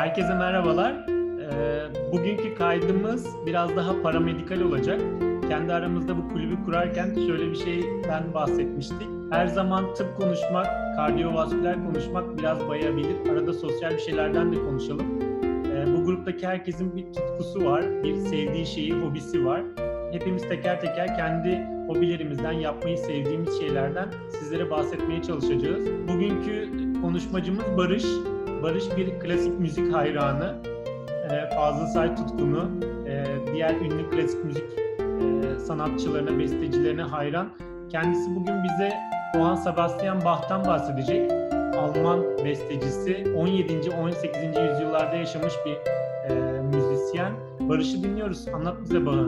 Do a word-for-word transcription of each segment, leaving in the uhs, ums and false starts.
Herkese merhabalar. Ee, bugünkü kaydımız biraz daha paramedikal olacak. Kendi aramızda bu kulübü kurarken şöyle bir şeyden bahsetmiştik. Her zaman tıp konuşmak, kardiyovasküler konuşmak biraz bayabilir. Arada sosyal bir şeylerden de konuşalım. Ee, bu gruptaki herkesin bir tutkusu var, bir sevdiği şeyi, hobisi var. Hepimiz teker teker kendi hobilerimizden, yapmayı sevdiğimiz şeylerden sizlere bahsetmeye çalışacağız. Bugünkü konuşmacımız Barış. Barış bir klasik müzik hayranı, Fazıl Say tutkunu, diğer ünlü klasik müzik sanatçılarına, bestecilerine hayran. Kendisi bugün bize Johann Sebastian Bach'tan bahsedecek. Alman bestecisi, on yedinci on sekizinci yüzyıllarda yaşamış bir müzisyen. Barış'ı dinliyoruz. Anlat bize Bach'ı.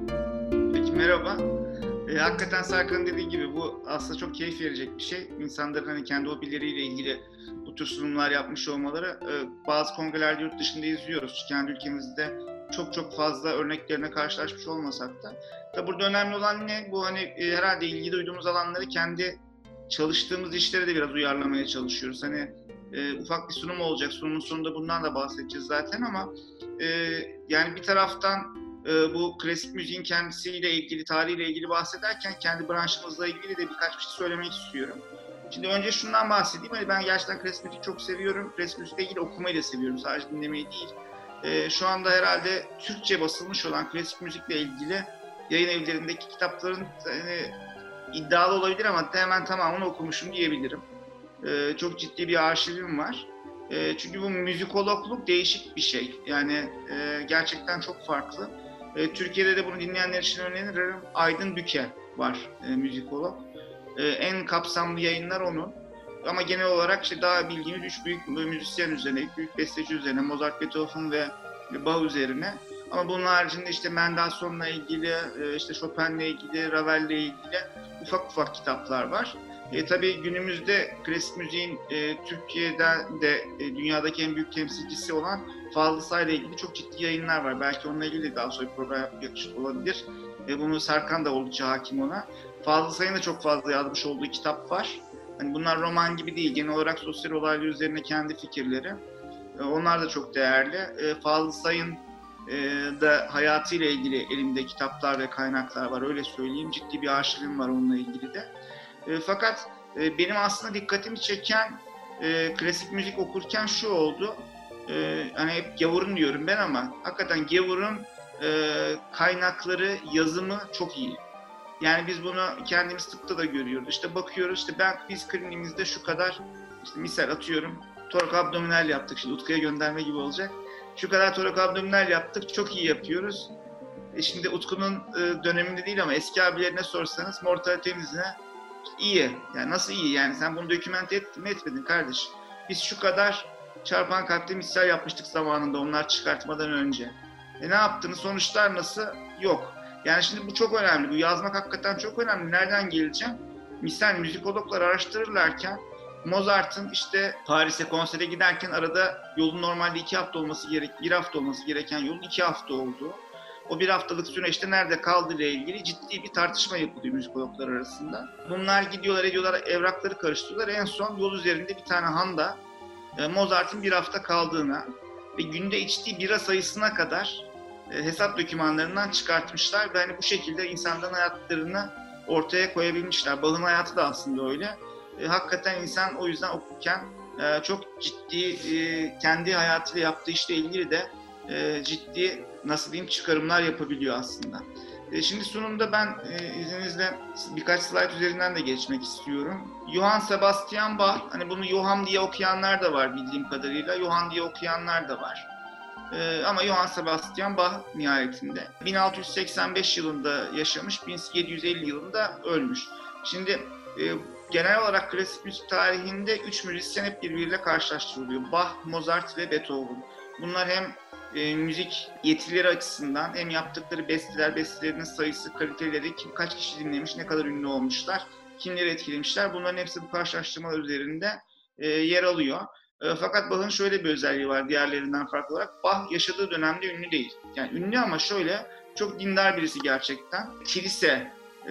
Peki merhaba. E, hakikaten Serkan'ın dediği gibi bu aslında çok keyif verecek bir şey. İnsanların hani kendi hobileriyle ilgili bu tür sunumlar yapmış olmaları e, bazı kongrelerde yurt dışında izliyoruz. Kendi ülkemizde çok çok fazla örneklerine karşılaşmış olmasak da. Tabi burada önemli olan ne? Bu hani e, herhalde ilgi duyduğumuz alanları kendi çalıştığımız işlere de biraz uyarlamaya çalışıyoruz. Hani e, ufak bir sunum olacak. Sunumun sonunda bundan da bahsedeceğiz zaten ama e, yani bir taraftan bu klasik müziğin kendisiyle ilgili, tarihiyle ilgili bahsederken kendi branşımızla ilgili de birkaç bir şey söylemek istiyorum. Şimdi önce şundan bahsedeyim. Hani ben gerçekten klasik müzik çok seviyorum. Klasik müzikle ilgili okumayı da seviyorum. Sadece dinlemeyi değil. Ee, şu anda herhalde Türkçe basılmış olan klasik müzikle ilgili yayın evlerindeki kitapların hani, iddialı olabilir ama hemen tamamını okumuşum diyebilirim. Ee, çok ciddi bir arşivim var. E, çünkü bu müzikologluk değişik bir şey. Yani e, gerçekten çok farklı. E, Türkiye'de de bunu dinleyenler için öneririm. Aydın Büke var e, müzikolog. E, en kapsamlı yayınlar onun. Ama genel olarak işte daha bildiğimiz üç büyük müzisyen üzerine, büyük besteci üzerine, Mozart, Beethoven ve Bach üzerine. Ama bunun haricinde işte Mendelssohn'la ilgili, e, işte Chopin'le ilgili, Ravel'le ilgili ufak ufak kitaplar var. E, tabii günümüzde klasik müziğin e, Türkiye'den de e, dünyadaki en büyük temsilcisi olan Fazıl Say'la ilgili çok ciddi yayınlar var. Belki onunla ilgili daha sonra bir program yapmış olabilir. E, bunu Serkan da oldukça hakim ona. Fazıl Say'ın da çok fazla yazmış olduğu kitap var. Hani bunlar roman gibi değil. Genel olarak sosyal olaylar üzerine kendi fikirleri. E, onlar da çok değerli. E, Fazıl Say'ın e, da hayatıyla ilgili elimde kitaplar ve kaynaklar var. Öyle söyleyeyim. Ciddi bir arşivim var onunla ilgili de. E, fakat e, benim aslında dikkatimi çeken e, klasik müzik okurken şu oldu. E, hani hep gavurun diyorum ben ama hakikaten gavurun e, kaynakları, yazımı çok iyi. Yani biz bunu kendimiz tıpta da görüyoruz. İşte bakıyoruz işte ben biz kliniğimizde şu kadar işte misal atıyorum tork abdominal yaptık. Şimdi Utku'ya gönderme gibi olacak. Şu kadar tork abdominal yaptık. Çok iyi yapıyoruz. E şimdi Utku'nun e, döneminde değil ama eski abilerine sorsanız mortalitemiz ne? İyi. Yani nasıl iyi? Yani sen bunu dokümente ettin mi etmedin kardeş? Biz şu kadar çarpan kalpte misal yapmıştık zamanında onlar çıkartmadan önce. E ne yaptınız? Sonuçlar nasıl? Yok. Yani şimdi bu çok önemli. Bu yazmak hakikaten çok önemli. Nereden geleceğim? Misal müzikologlar araştırırlarken Mozart'ın işte Paris'e konsere giderken arada yolun normalde iki hafta olması gerek, bir hafta olması gereken yolun iki hafta olduğu. O bir haftalık süreçte nerede kaldığı ile ilgili ciddi bir tartışma yapılıyor müzikologlar arasında. Bunlar gidiyorlar ediyorlar, evrakları karıştırıyorlar. En son yol üzerinde bir tane handa Mozart'ın bir hafta kaldığına ve günde içtiği bira sayısına kadar hesap dokümanlarından çıkartmışlar ve hani bu şekilde insanların hayatlarını ortaya koyabilmişler. Bach'ın hayatı da aslında öyle. E, hakikaten insan o yüzden okurken e, çok ciddi e, kendi hayatıyla yaptığı işle ilgili de e, ciddi nasıl diyeyim çıkarımlar yapabiliyor aslında. E, şimdi sunumda ben e, izninizle birkaç slide üzerinden de geçmek istiyorum. Johann Sebastian Bach, hani bunu Johann diye okuyanlar da var bildiğim kadarıyla, Johann diye okuyanlar da var. Ee, ama Johann Sebastian Bach nihayetinde bin altı yüz seksen beş yılında yaşamış, bin yedi yüz elli yılında ölmüş. Şimdi e, genel olarak klasik müzik tarihinde üç müzisyen hep birbiriyle karşılaştırılıyor. Bach, Mozart ve Beethoven. Bunlar hem e, müzik yetileri açısından hem yaptıkları besteler, bestelerinin sayısı, kaliteleri, kim kaç kişi dinlemiş, ne kadar ünlü olmuşlar, kimleri etkilemişler. Bunların hepsi bu karşılaştırmalar üzerinde e, yer alıyor. Fakat Bach'ın şöyle bir özelliği var diğerlerinden farklı olarak. Bach yaşadığı dönemde ünlü değil. Yani ünlü ama şöyle çok dindar birisi gerçekten. Kilise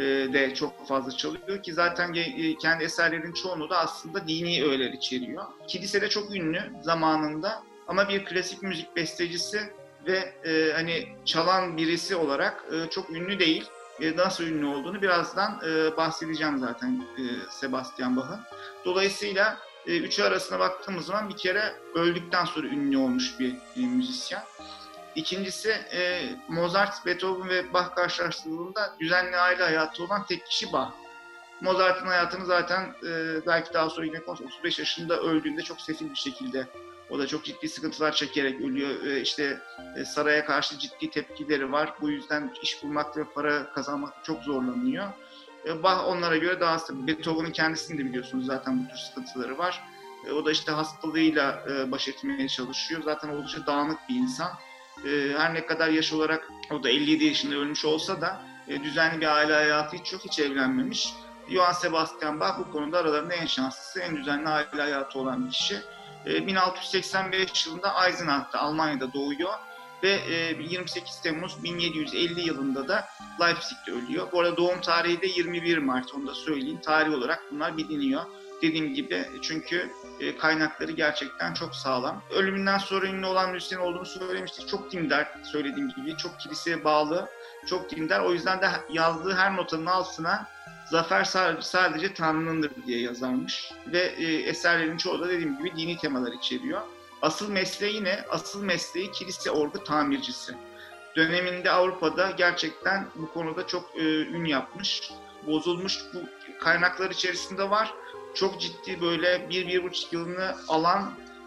de çok fazla çalıyor ki zaten kendi eserlerinin çoğunu da aslında dini öğeler içeriyor. Kilise de çok ünlü zamanında. Ama bir klasik müzik bestecisi ve e, hani çalan birisi olarak e, çok ünlü değil. E, nasıl ünlü olduğunu birazdan e, bahsedeceğim zaten e, Sebastian Bach'ın. Dolayısıyla e, üçü arasına baktığımız zaman bir kere öldükten sonra ünlü olmuş bir e, müzisyen. İkincisi e, Mozart, Beethoven ve Bach karşılaştırıldığında düzenli aile hayatı olan tek kişi Bach. Mozart'ın hayatını zaten e, belki daha sonra yine otuz beş yaşında öldüğünde çok sefil bir şekilde, o da çok ciddi sıkıntılar çekerek ölüyor. E, işte e, saraya karşı ciddi tepkileri var. Bu yüzden iş bulmak ve para kazanmak çok zorlanıyor. E, Bach onlara göre daha stabil. Beethoven'ın kendisinin de biliyorsunuz zaten bu tür sıkıntıları var. E, o da işte hastalığıyla e, baş etmeye çalışıyor. Zaten oldukça dağınık bir insan. E, her ne kadar yaş olarak o da elli yedi yaşında ölmüş olsa da e, düzenli bir aile hayatı hiç yok, hiç evlenmemiş. Johann Sebastian Bach bu konuda aralarında en şanslısı, en düzenli aile hayatı olan bir kişi. bin altı yüz seksen beş yılında Eisenach'ta, Almanya'da doğuyor ve yirmi sekiz Temmuz bin yedi yüz elli yılında da Leipzig'te ölüyor. Bu arada doğum tarihi de yirmi bir Mart, onu da söyleyeyim. Tarih olarak bunlar biliniyor. Dediğim gibi çünkü kaynakları gerçekten çok sağlam. Ölümünden sonra ünlü olan müzisyen olduğunu söylemiştik. Çok dindar, söylediğim gibi. Çok kiliseye bağlı, çok dindar. O yüzden de yazdığı her notanın altına zafer sadece Tanrı'nındır diye yazarmış. Ve e, eserlerin çoğu da dediğim gibi dini temalar içeriyor. Asıl mesleği ne? Asıl mesleği kilise orgu tamircisi. Döneminde Avrupa'da gerçekten bu konuda çok e, ün yapmış, bozulmuş. Bu kaynaklar içerisinde var. Çok ciddi böyle bir, bir buçuk yılını alan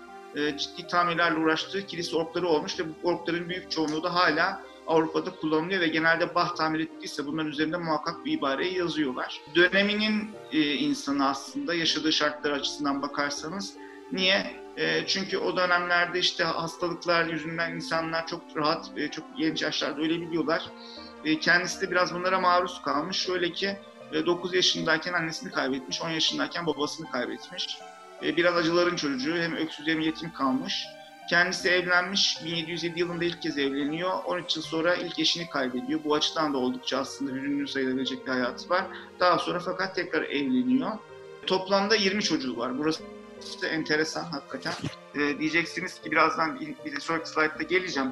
e, ciddi tamirlerle uğraştığı kilise orgları olmuş ve bu orgların büyük çoğunluğu da hala Avrupa'da kullanılıyor ve genelde Bach tamir ettiyse bunların üzerinde muhakkak bir ibareyi yazıyorlar. Döneminin e, insanı aslında yaşadığı şartlar açısından bakarsanız. Niye? E, çünkü o dönemlerde işte hastalıklar yüzünden insanlar çok rahat, e, çok genç yaşlarda ölebiliyorlar. E, kendisi de biraz bunlara maruz kalmış. Şöyle ki e, dokuz yaşındayken annesini kaybetmiş, on yaşındayken babasını kaybetmiş. E, biraz acıların çocuğu, hem öksüz hem yetim kalmış. Kendisi evlenmiş, bin yedi yüz yedi yılında ilk kez evleniyor. on üç yıl sonra ilk eşini kaybediyor. Bu açıdan da oldukça aslında hüzünlü sayılabilecek bir hayatı var. Daha sonra fakat tekrar evleniyor. Toplamda yirmi çocuğu var. Burası da enteresan hakikaten. Ee, diyeceksiniz ki birazdan bir, bir sonraki slaytta geleceğim.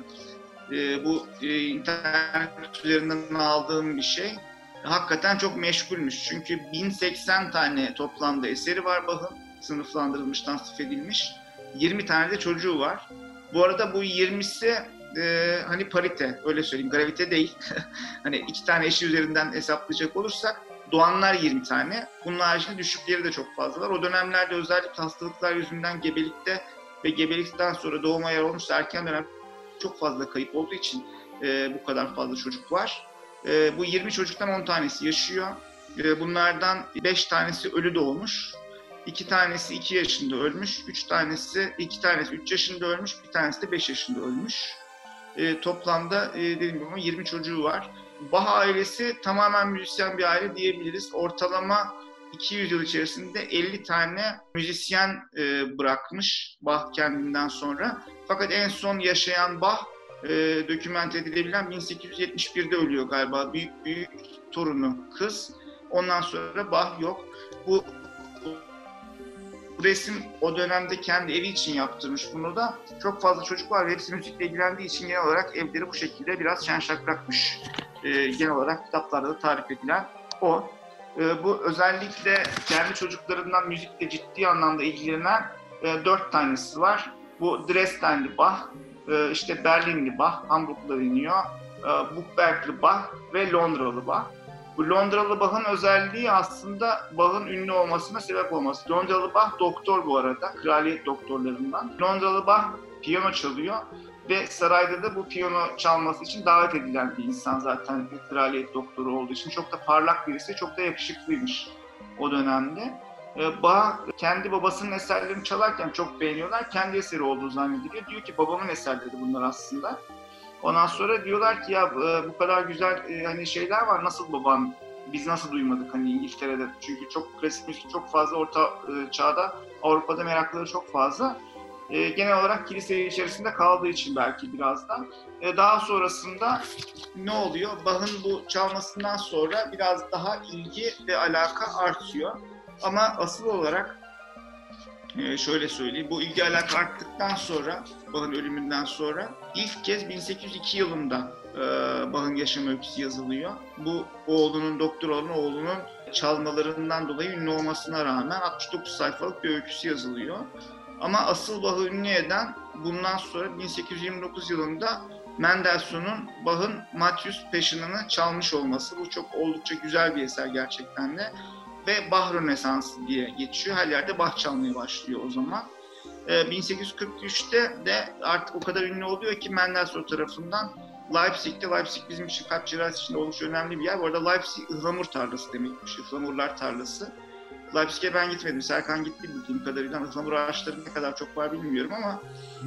Ee, bu e, internet üzerinden aldığım bir şey. Hakikaten çok meşgulmüş. Çünkü bin seksen tane toplamda eseri var Bach'ın. Sınıflandırılmış, tasnif edilmiş. yirmi tane de çocuğu var. Bu arada bu yirmisi e, hani parite, öyle söyleyeyim, gravite değil. Hani iki tane eşi üzerinden hesaplayacak olursak doğanlar yirmi tane. Bunun haricinde düşükleri de çok fazla var. O dönemlerde özellikle hastalıklar yüzünden gebelikte ve gebelikten sonra doğuma yer olmuşsa erken dönem çok fazla kayıp olduğu için e, bu kadar fazla çocuk var. E, bu yirmi çocuktan on tanesi yaşıyor. E, bunlardan beş tanesi ölü doğmuş. İki tanesi iki yaşında ölmüş, üç tanesi, iki tanesi üç yaşında ölmüş, bir tanesi de beş yaşında ölmüş. E, toplamda e, dediğim gibi yirmi çocuğu var. Bach ailesi tamamen müzisyen bir aile diyebiliriz. Ortalama iki yüz yıl içerisinde elli tane müzisyen e, bırakmış Bach kendinden sonra. Fakat en son yaşayan Bach, e, dokümente edilebilen bin sekiz yüz yetmiş birde ölüyor galiba. Büyük büyük torunu kız. Ondan sonra Bach yok. Bu Bu resim o dönemde kendi evi için yaptırmış bunu da. Çok fazla çocuk var ve hepsi müzikle ilgilendiği için genel olarak evleri bu şekilde biraz şen şakrakmış. Ee, genel olarak kitaplarda da tarif edilen o. Ee, bu özellikle kendi çocuklarından müzikle ciddi anlamda ilgilenen e, dört tanesi var. Bu Dresdenli Bach, e, işte Berlinli Bach, Hamburg'da iniyor, e, Buchbergli Bach ve Londralı Bach. Bu Londralı Bach'ın özelliği aslında Bach'ın ünlü olmasına sebep olması. Londralı Bach doktor bu arada, kraliyet doktorlarından. Londralı Bach piyano çalıyor ve sarayda da bu piyano çalması için davet edilen bir insan zaten, bir kraliyet doktoru olduğu için. Çok da parlak birisi, çok da yakışıklıymış o dönemde. Bach kendi babasının eserlerini çalarken çok beğeniyorlar. Kendi eseri olduğu zannediliyor. Diyor ki babamın eserleri bunlar aslında. Ondan sonra diyorlar ki ya bu kadar güzel hani şeyler var, nasıl babam, biz nasıl duymadık hani İngiltere'de, çünkü çok klasik müzik çok fazla orta çağda Avrupa'da merakları çok fazla. Genel olarak kilise içerisinde kaldığı için belki biraz da. Daha sonrasında ne oluyor? Bach'ın bu çalmasından sonra biraz daha ilgi ve alaka artıyor. Ama asıl olarak Ee, şöyle söyleyeyim, bu ilgi alaka arttıktan sonra, Bach'ın ölümünden sonra ilk kez bin sekiz yüz iki yılında e, Bach'ın yaşam öyküsü yazılıyor. Bu oğlunun, doktor olan oğlunun çalmalarından dolayı ünlü olmasına rağmen altmış dokuz sayfalık bir öyküsü yazılıyor. Ama asıl Bach'ı ünlü eden bundan sonra bin sekiz yüz yirmi dokuz yılında Mendelssohn'un Bach'ın Matthäus Passion'ını çalmış olması. Bu çok oldukça güzel bir eser gerçekten de. Ve Bach Rönesansı diye geçiyor. Her yerde Bach çalmaya başlıyor o zaman. Ee, bin sekiz yüz kırk üçte de artık o kadar ünlü oluyor ki Mendelssohn tarafından Leipzig'te, Leipzig bizim için kalp cerrahisi için oldukça önemli bir yer. Bu arada Leipzig ihlamur tarlası demekmiş, ıhlamurlar tarlası. Leipzig'e ben gitmedim, Serkan gitti bildiğim kadarıyla. Ihlamur ağaçları ne kadar çok var bilmiyorum ama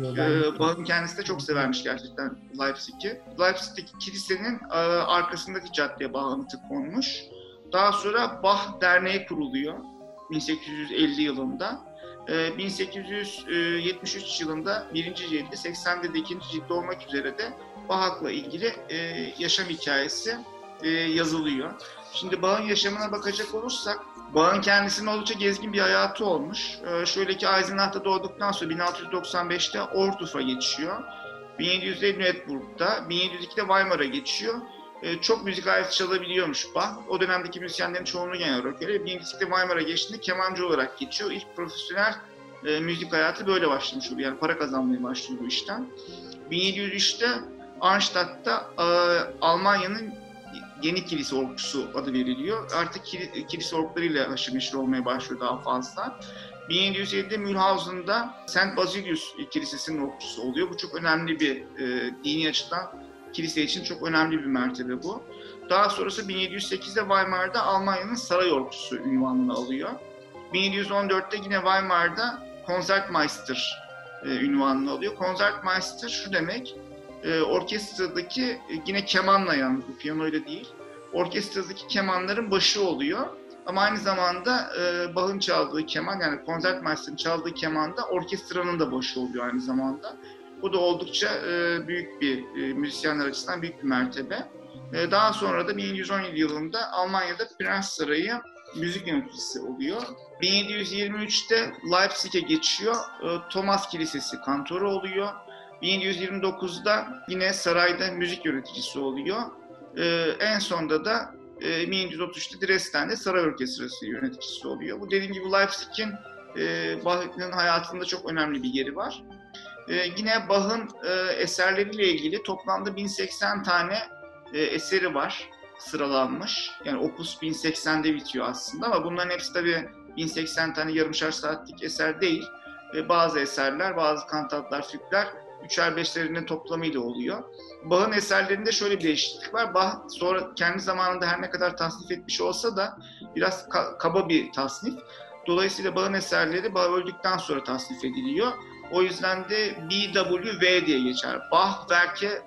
e, Bach'ın kendisi de çok severmiş gerçekten Leipzig'i. Leipzig'teki kilisenin e, arkasındaki caddeye Bach anıtı konmuş. Daha sonra Bach Derneği kuruluyor bin sekiz yüz elli yılında. bin sekiz yüz yetmiş üç yılında birinci cildi, seksende de ikinci cildi olmak üzere de Bach'la ilgili yaşam hikayesi yazılıyor. Şimdi Bach'ın yaşamına bakacak olursak, Bach'ın kendisinin oldukça gezgin bir hayatı olmuş. Şöyle ki Eisenach'ta doğduktan sonra bin altı yüz doksan beşte Ortuf'a geçiyor. bin yedi yüzde Lüneburg'da, bin yedi yüz ikide Weimar'a geçiyor. Çok müzik aleti çalabiliyormuş Bach. O dönemdeki müzisyenlerin çoğunluğu genel olarak öyle. bin yedi yüz ikide Weimar'a geçtiğinde kemancı olarak geçiyor. İlk profesyonel e, müzik hayatı böyle başlamış oluyor. Yani para kazanmaya başlıyor bu işten. bin yedi yüz üçte Arnstadt'ta e, Almanya'nın yeni kilise orkusu adı veriliyor. Artık kilise orklarıyla haşır neşir olmaya başlıyor daha fazla. bin yedi yüz yedide Mühlhausen'da Saint Basilius Kilisesi'nin orkusu oluyor. Bu çok önemli bir e, dini açıdan kilise için çok önemli bir mertebe bu. Daha sonrası bin yedi yüz sekizde Weimar'da Almanya'nın saray orkusu ünvanını alıyor. bin yedi yüz on dörtte yine Weimar'da Konzertmeister e, ünvanını alıyor. Konzertmeister şu demek, e, orkestradaki e, yine kemanla, yalnız bu piyanoyla değil, orkestradaki kemanların başı oluyor. Ama aynı zamanda e, Bach'ın çaldığı keman, yani Konzertmeister'ın çaldığı keman da orkestranın da başı oluyor aynı zamanda. Bu da oldukça e, büyük bir, e, müzisyenler açısından büyük bir mertebe. E, daha sonra da bin yedi yüz on yedi yılında Almanya'da Prens Sarayı müzik yöneticisi oluyor. bin yedi yüz yirmi üçte Leipzig'e geçiyor. E, Thomas Kilisesi kantoru oluyor. bin yedi yüz yirmi dokuzda yine sarayda müzik yöneticisi oluyor. E, en sonda da e, bin yedi yüz otuz üçte Dresden'de saray orkestrası yöneticisi oluyor. Bu dediğim gibi Leipzig'in e, Bach'ın hayatında çok önemli bir yeri var. Ee, yine Bach'ın e, eserleriyle ilgili toplamda bin seksen tane e, eseri var, sıralanmış. Yani Opus bin seksende bitiyor aslında ama bunların hepsi tabii bin seksen tane yarımşar saatlik eser değil. E, bazı eserler, bazı kantatlar, fügler üçer beşlerinin toplamıyla oluyor. Bach'ın eserlerinde şöyle bir değişiklik var. Bach sonra kendi zamanında her ne kadar tasnif etmiş olsa da biraz ka- kaba bir tasnif. Dolayısıyla Bach'ın eserleri Bach öldükten sonra tasnif ediliyor. O yüzden de B W V diye geçer. Bach-Werke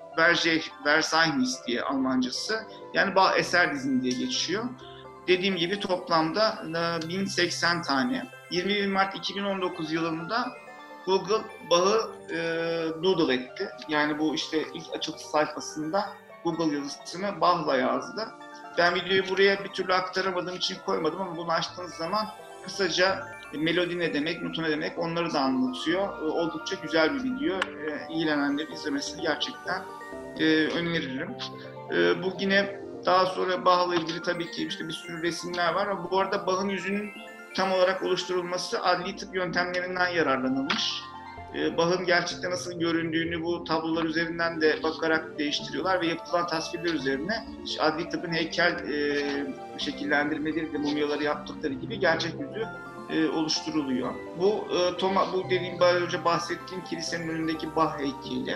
Verzeichnis diye Almancası. Yani Bach eser dizimi diye geçiyor. Dediğim gibi toplamda bin seksen tane. yirmi bir Mart iki bin on dokuz yılında Google Bach'ı e, doodle etti. Yani bu işte ilk açılış sayfasında Google yazısını Bach'la yazdı. Ben videoyu buraya bir türlü aktaramadığım için koymadım ama bunu açtığınız zaman kısaca melodi ne demek, notu ne demek onları da anlatıyor. Oldukça güzel bir video. İlgilenenlerin izlemesini gerçekten öneririm. Bu yine daha sonra Bach'la ilgili tabii ki işte bir sürü resimler var ama bu arada Bach'ın yüzünün tam olarak oluşturulması adli tıp yöntemlerinden yararlanılmış. Bach'ın gerçekten nasıl göründüğünü bu tablolar üzerinden de bakarak değiştiriyorlar ve yapılan tasvirler üzerine adli tıpın heykel e, şekillendirmeleri de mumyaları yaptıkları gibi gerçek yüzü e, oluşturuluyor. Bu e, Toma, bu dediğim daha önce bahsettiğim kilisenin önündeki Bach heykeli.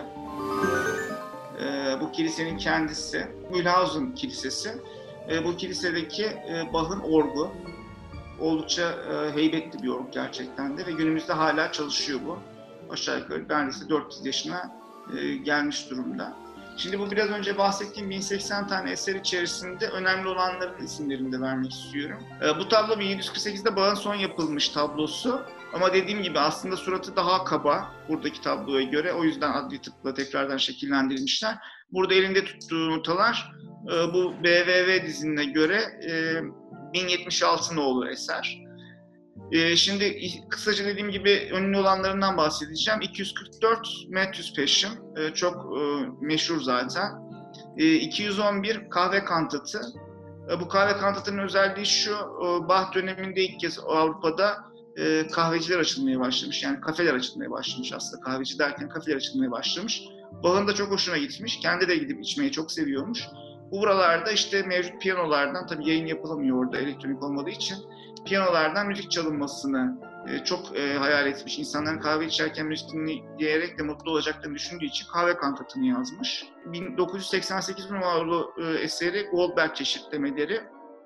E, bu kilisenin kendisi Mühlhausen Kilisesi. E, bu kilisedeki e, Bach'ın orgu. Oldukça e, heybetli bir org gerçekten de ve günümüzde hala çalışıyor bu. Aşağı yukarı neredeyse dört yüz yaşına e, gelmiş durumda. Şimdi bu biraz önce bahsettiğim bin seksen tane eser içerisinde önemli olanların isimlerini de vermek istiyorum. E, bu tablo bin yedi yüz kırk sekizde Bach'ın son yapılmış tablosu. Ama dediğim gibi aslında suratı daha kaba buradaki tabloya göre. O yüzden adli tıpla tekrardan şekillendirilmişler. Burada elinde tuttuğu notalar e, bu B V V dizinine göre e, bin yetmiş altı nolu eser. Ee, şimdi kısaca dediğim gibi ünlü olanlarından bahsedeceğim. iki yüz kırk dört Matthews Passion, ee, çok e, meşhur zaten. Ee, iki yüz on bir Kahve Kantatı. Ee, bu kahve kantatının özelliği şu, e, Bach döneminde ilk kez Avrupa'da e, kahveciler açılmaya başlamış. Yani kafeler açılmaya başlamış aslında. Kahveci derken kafeler açılmaya başlamış. Bach'ın da çok hoşuna gitmiş. Kendi de gidip içmeyi çok seviyormuş. Bu buralarda işte mevcut piyanolardan, tabii yayın yapılamıyor orada elektronik olmadığı için, piyanolardan müzik çalınmasını e, çok e, hayal etmiş. İnsanların kahve içerken müzik dinleyerek de mutlu olacaklarını düşündüğü için kahve kantatını yazmış. bin dokuz yüz seksen sekiz numaralı e, eseri Goldberg çeşitlemeleri.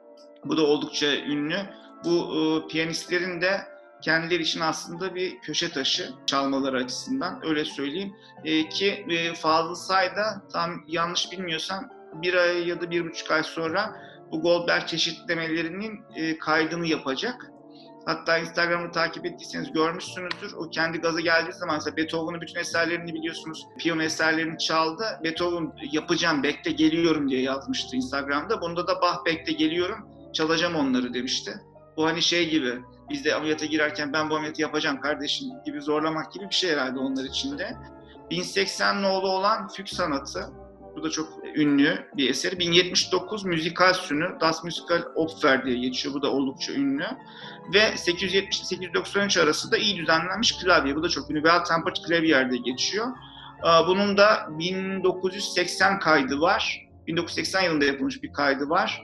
Bu da oldukça ünlü. Bu e, piyanistlerin de kendileri için aslında bir köşe taşı çalmaları açısından, öyle söyleyeyim. E, ki e, Fazıl Say da tam yanlış bilmiyorsam bir ay ya da bir buçuk ay sonra bu Goldberg çeşitlemelerinin e, kaydını yapacak. Hatta Instagram'ı takip ettiyseniz görmüşsünüzdür. O kendi gaza geldiği zaman mesela Beethoven'ın bütün eserlerini biliyorsunuz, piyano eserlerini çaldı. Beethoven yapacağım, bekle geliyorum diye yazmıştı Instagram'da. Bunda da Bach bekle geliyorum, çalacağım onları demişti. Bu hani şey gibi, biz de ameliyata girerken ben bu ameliyatı yapacağım kardeşim gibi zorlamak gibi bir şey herhalde onlar için de. bin seksen nolu olan Füg Sanatı. Bu da çok ünlü bir eseri. bin yetmiş dokuz Müzikal Sünü, Das Musical Opfer diye geçiyor. Bu da oldukça ünlü. Ve sekiz yüz yetmiş sekiz yüz doksan üç arası da iyi düzenlenmiş klavye. Bu da çok ünlü. Well Tempered Klaviyer diye geçiyor. Bunun da bin dokuz yüz seksen kaydı var. bin dokuz yüz seksen yılında yapılmış bir kaydı var.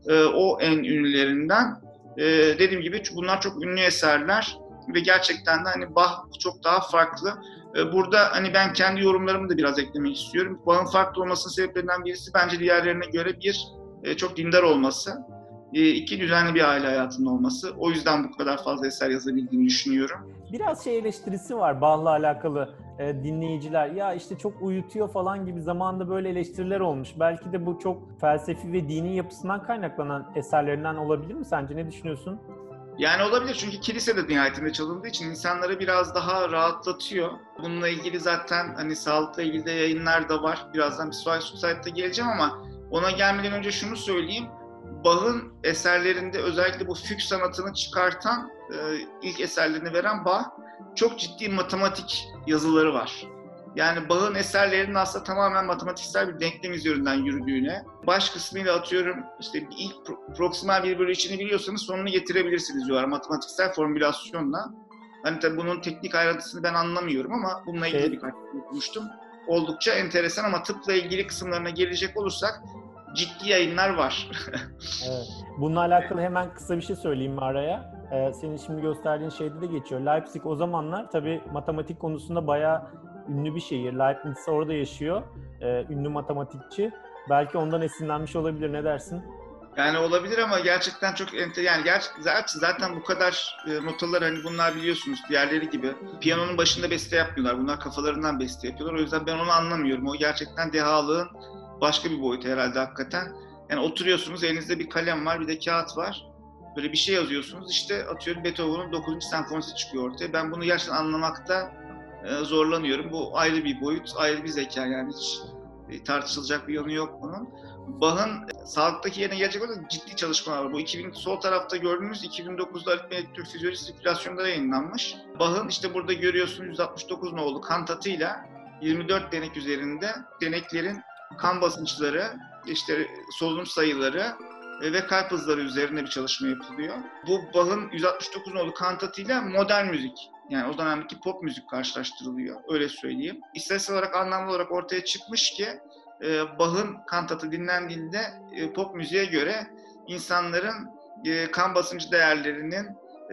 O en ünlülerinden. Dediğim gibi bunlar çok ünlü eserler. Ve gerçekten de hani Bach çok daha farklı. Burada hani ben kendi yorumlarımı da biraz eklemek istiyorum. Bach'ın farklı olmasının sebeplerinden birisi bence diğerlerine göre bir, çok dindar olması. İki, düzenli bir aile hayatının olması. O yüzden bu kadar fazla eser yazabildiğini düşünüyorum. Biraz şey eleştirisi var Bach'la alakalı, e, dinleyiciler. Ya işte çok uyutuyor falan gibi zamanında böyle eleştiriler olmuş. Belki de bu çok felsefi ve dini yapısından kaynaklanan eserlerinden olabilir mi sence? Ne düşünüyorsun? Yani olabilir çünkü kilise de nihayetinde çalındığı için insanları biraz daha rahatlatıyor. Bununla ilgili zaten hani sağlıkla ilgili de yayınlar da var. Birazdan Pseudo Society'de geleceğim ama ona gelmeden önce şunu söyleyeyim. Bach'ın eserlerinde özellikle bu füg sanatını çıkartan, e, ilk eserlerini veren Bach, çok ciddi matematik yazıları var. Yani Bach'ın eserlerinin aslında tamamen matematiksel bir denklem üzerinden yürüdüğüne, baş kısmıyla atıyorum işte ilk pro- proksimal bir bölü içini biliyorsanız sonunu getirebilirsiniz diyorlar matematiksel formülasyonla. Hani tabii bunun teknik ayrıntısını ben anlamıyorum ama bununla ilgili evet. birkaç şey okumuştum. Oldukça enteresan ama tıpla ilgili kısımlarına gelecek olursak ciddi yayınlar var. Evet. Bununla alakalı hemen kısa bir şey söyleyeyim mi araya? Ee, senin şimdi gösterdiğin şeyde de geçiyor. Leipzig o zamanlar tabii matematik konusunda bayağı ünlü bir şehir. Leibniz orada yaşıyor. Ee, ünlü matematikçi. Belki ondan esinlenmiş olabilir. Ne dersin? Yani olabilir ama gerçekten çok enter yani gerçekten zaten bu kadar e, notalar hani bunlar biliyorsunuz diğerleri gibi piyanonun başında beste yapmıyorlar. Bunlar kafalarından beste yapıyorlar. O yüzden ben onu anlamıyorum. O gerçekten dehalığın başka bir boyutu herhalde hakikaten. Yani oturuyorsunuz, elinizde bir kalem var, bir de kağıt var. Böyle bir şey yazıyorsunuz. İşte atıyorum Beethoven'ın dokuzuncu senfonisi çıkıyor ortaya. Ben bunu gerçekten anlamakta e, zorlanıyorum. Bu ayrı bir boyut, ayrı bir zeka yani hiç e, tartışılacak bir yanı yok bunun. Bach'ın sağlıktaki yerine gelecek olursak ciddi çalışmalar var. Bu iki bin sol tarafta gördüğünüz iki bin dokuzda aritmetik elektrofizyoloji sirkülasyonda yayınlanmış. Bach'ın işte burada görüyorsunuz yüz altmış dokuz nolu kantatıyla yirmi dört denek üzerinde deneklerin kan basınçları, işte solunum sayıları ve kalp hızları üzerine bir çalışma yapılıyor. Bu Bach'ın yüz altmış dokuz nolu kantatıyla modern müzik, yani o dönemdeki pop müzik karşılaştırılıyor, öyle söyleyeyim. İstatistik olarak, anlamlı olarak ortaya çıkmış ki Bach'ın kantatı dinlendiğinde pop müziğe göre insanların kan basıncı değerlerinin,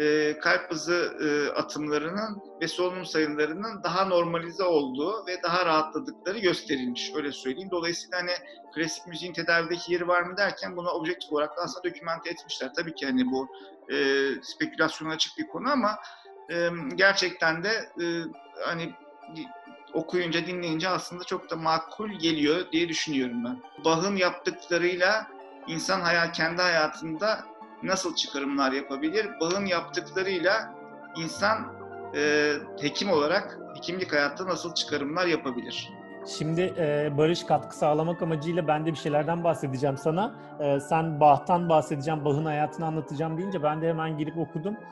kalp hızı atımlarının ve solunum sayılarının daha normalize olduğu ve daha rahatladıkları gösterilmiş, öyle söyleyeyim. Dolayısıyla hani klasik müziğin tedavideki yeri var mı derken bunu objektif olarak da aslında dokümante etmişler. Tabii ki hani bu e, spekülasyona açık bir konu ama e, gerçekten de e, hani okuyunca, dinleyince aslında çok da makul geliyor diye düşünüyorum ben. Bach'ın yaptıklarıyla insan hayat, kendi hayatında nasıl çıkarımlar yapabilir? Bach'ın yaptıklarıyla insan e, hekim olarak hekimlik hayatta nasıl çıkarımlar yapabilir? Şimdi e, Barış, katkı sağlamak amacıyla ben de bir şeylerden bahsedeceğim sana. E, sen Bach'tan bahsedeceğim, Bach'ın hayatını anlatacağım deyince ben de hemen girip okudum.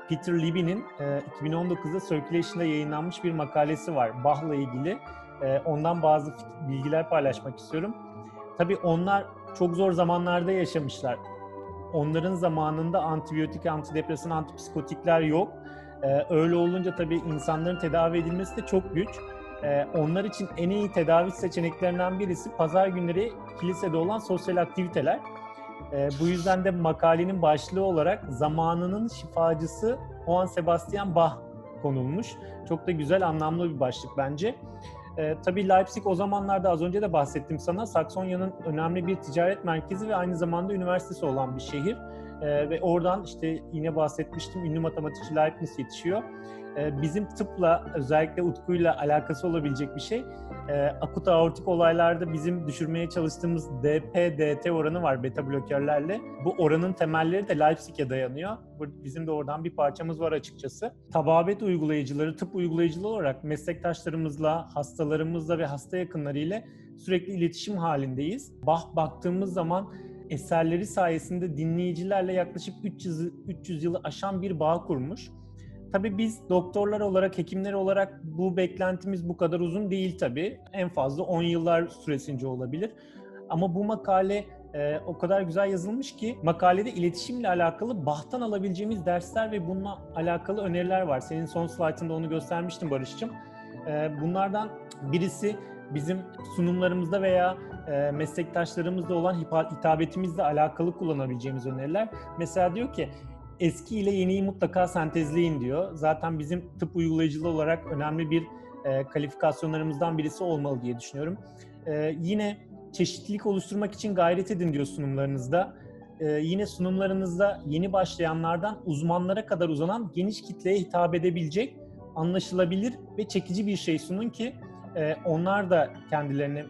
Peter Libby'nin e, iki bin on dokuzda Circulation'da yayınlanmış bir makalesi var Bach'la ilgili. E, ondan bazı bilgiler paylaşmak istiyorum. Tabii onlar çok zor zamanlarda yaşamışlar. Onların zamanında antibiyotik, antidepresan, antipsikotikler yok. Ee, öyle olunca tabii insanların tedavi edilmesi de çok güç. Ee, onlar için en iyi tedavi seçeneklerinden birisi pazar günleri kilisede olan sosyal aktiviteler. Ee, bu yüzden de makalenin başlığı olarak zamanının şifacısı Johann Sebastian Bach konulmuş. Çok da güzel, anlamlı bir başlık bence. Ee, tabii Leipzig o zamanlarda, az önce de bahsettim sana, Saksonya'nın önemli bir ticaret merkezi ve aynı zamanda üniversitesi olan bir şehir. Ee, ve oradan işte yine bahsetmiştim, ünlü matematikçi Leibniz yetişiyor. Ee, bizim tıpla, özellikle Utku'yla alakası olabilecek bir şey. Ee, akut aortik olaylarda bizim düşürmeye çalıştığımız D P D T oranı var beta blokörlerle. Bu oranın temelleri de Leipzig'e dayanıyor. Bizim de oradan bir parçamız var açıkçası. Tababet uygulayıcıları, tıp uygulayıcıları olarak meslektaşlarımızla, hastalarımızla ve hasta yakınlarıyla sürekli iletişim halindeyiz. Bach baktığımız zaman eserleri sayesinde dinleyicilerle yaklaşık üç yüz, üç yüz yılı aşan bir bağ kurmuş. Tabii biz doktorlar olarak, hekimler olarak bu beklentimiz bu kadar uzun değil tabii. En fazla on yıllar süresince olabilir. Ama bu makale e, o kadar güzel yazılmış ki makalede iletişimle alakalı Bach'tan alabileceğimiz dersler ve bununla alakalı öneriler var. Senin son slaytında onu göstermiştin Barış'cığım. E, bunlardan birisi bizim sunumlarımızda veya e, meslektaşlarımızla olan hitabetimizle alakalı kullanabileceğimiz öneriler. Mesela diyor ki, eski ile yeniyi mutlaka sentezleyin diyor. Zaten bizim tıp uygulayıcılığı olarak önemli bir e, kalifikasyonlarımızdan birisi olmalı diye düşünüyorum. E, yine çeşitlilik oluşturmak için gayret edin diyor sunumlarınızda. E, yine sunumlarınızda yeni başlayanlardan uzmanlara kadar uzanan geniş kitleye hitap edebilecek, anlaşılabilir ve çekici bir şey sunun ki e, onlar da kendilerine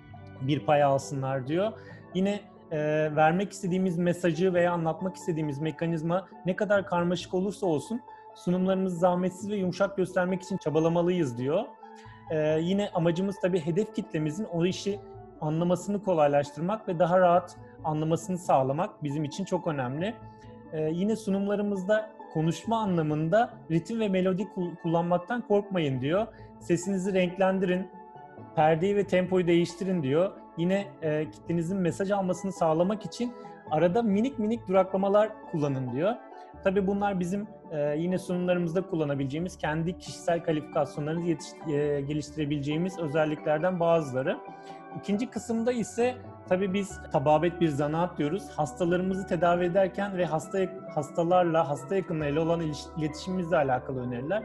bir pay alsınlar diyor. Yine e, vermek istediğimiz mesajı veya anlatmak istediğimiz mekanizma ne kadar karmaşık olursa olsun sunumlarımızı zahmetsiz ve yumuşak göstermek için çabalamalıyız diyor. E, yine amacımız tabii hedef kitlemizin o işi anlamasını kolaylaştırmak ve daha rahat anlamasını sağlamak bizim için çok önemli. E, yine sunumlarımızda konuşma anlamında ritim ve melodi kullanmaktan korkmayın diyor. Sesinizi renklendirin, perdeyi ve tempoyu değiştirin diyor. Yine e, kitlenizin mesaj almasını sağlamak için arada minik minik duraklamalar kullanın diyor. Tabii bunlar bizim e, yine sunumlarımızda kullanabileceğimiz, kendi kişisel kalifikasyonlarımızı yetiş- e, geliştirebileceğimiz özelliklerden bazıları. İkinci kısımda ise tabii biz tababet bir zanaat diyoruz. Hastalarımızı tedavi ederken ve hasta hastalarla, hasta yakınlarıyla olan iletişimimizle alakalı öneriler.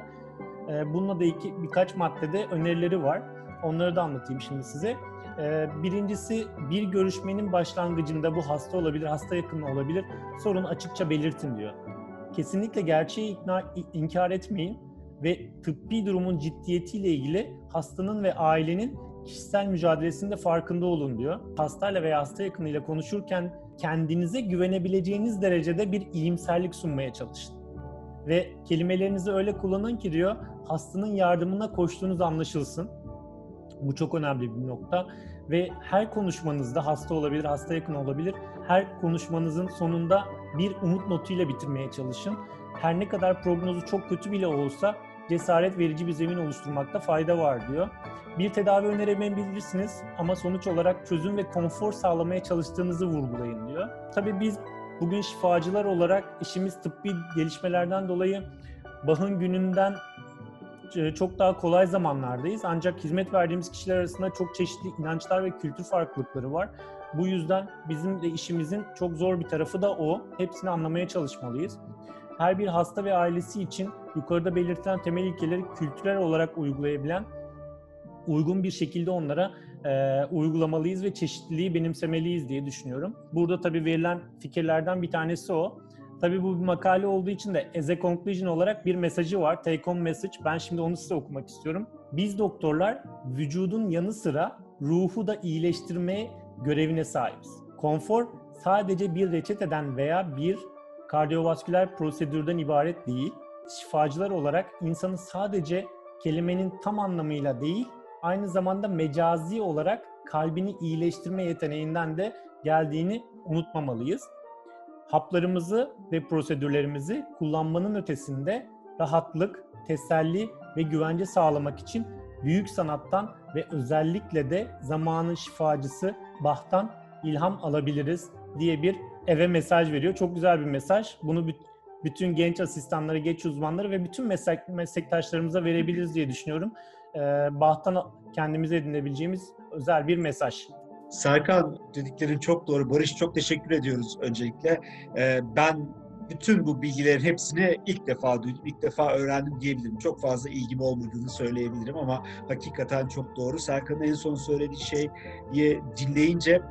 E, bununla da iki, birkaç maddede önerileri var. Onları da anlatayım şimdi size. Birincisi, bir görüşmenin başlangıcında, bu hasta olabilir, hasta yakını olabilir, sorunu açıkça belirtin diyor. Kesinlikle gerçeği ikna, inkar etmeyin ve tıbbi durumun ciddiyetiyle ilgili hastanın ve ailenin kişisel mücadelesinde farkında olun diyor. Hastayla veya hasta yakınıyla konuşurken kendinize güvenebileceğiniz derecede bir iyimserlik sunmaya çalışın. Ve kelimelerinizi öyle kullanın ki diyor, hastanın yardımına koştuğunuz anlaşılsın. Bu çok önemli bir nokta ve her konuşmanızda, hasta olabilir, hasta yakın olabilir, her konuşmanızın sonunda bir umut notuyla bitirmeye çalışın. Her ne kadar prognozu çok kötü bile olsa cesaret verici bir zemin oluşturmakta fayda var diyor. Bir tedavi öneremeyebilirsiniz ama sonuç olarak çözüm ve konfor sağlamaya çalıştığınızı vurgulayın diyor. Tabii biz bugün şifacılar olarak işimiz tıbbi gelişmelerden dolayı Bach'ın gününden çok daha kolay zamanlardayız. Ancak hizmet verdiğimiz kişiler arasında çok çeşitli inançlar ve kültür farklılıkları var. Bu yüzden bizim de işimizin çok zor bir tarafı da o. Hepsini anlamaya çalışmalıyız. Her bir hasta ve ailesi için yukarıda belirtilen temel ilkeleri kültürel olarak uygulayabilen, uygun bir şekilde onlara e, uygulamalıyız ve çeşitliliği benimsemeliyiz diye düşünüyorum. Burada tabii verilen fikirlerden bir tanesi o. Tabii bu bir makale olduğu için de as a conclusion olarak bir mesajı var. Take home message. Ben şimdi onu size okumak istiyorum. Biz doktorlar vücudun yanı sıra ruhu da iyileştirmeye görevine sahibiz. Konfor sadece bir reçeteden veya bir kardiyovasküler prosedürden ibaret değil. Şifacılar olarak insanı sadece kelimenin tam anlamıyla değil, aynı zamanda mecazi olarak kalbini iyileştirme yeteneğinden de geldiğini unutmamalıyız. haplarımızı ve prosedürlerimizi kullanmanın ötesinde rahatlık, teselli ve güvence sağlamak için büyük sanattan ve özellikle de zamanın şifacısı Bach'tan ilham alabiliriz diye bir eve mesaj veriyor. Çok güzel bir mesaj. Bunu bütün genç asistanları, genç uzmanları ve bütün meslek, meslektaşlarımıza verebiliriz diye düşünüyorum. Ee, Bach'tan kendimize edinebileceğimiz özel bir mesaj. Serkan, dediklerin çok doğru. Barış, çok teşekkür ediyoruz öncelikle. Ee, ben bütün bu bilgilerin hepsini ilk defa duydum, ilk defa öğrendim diyebilirim. Çok fazla ilgim olmadığını söyleyebilirim ama hakikaten çok doğru. Serkan'ın en son söylediği şeyi dinleyince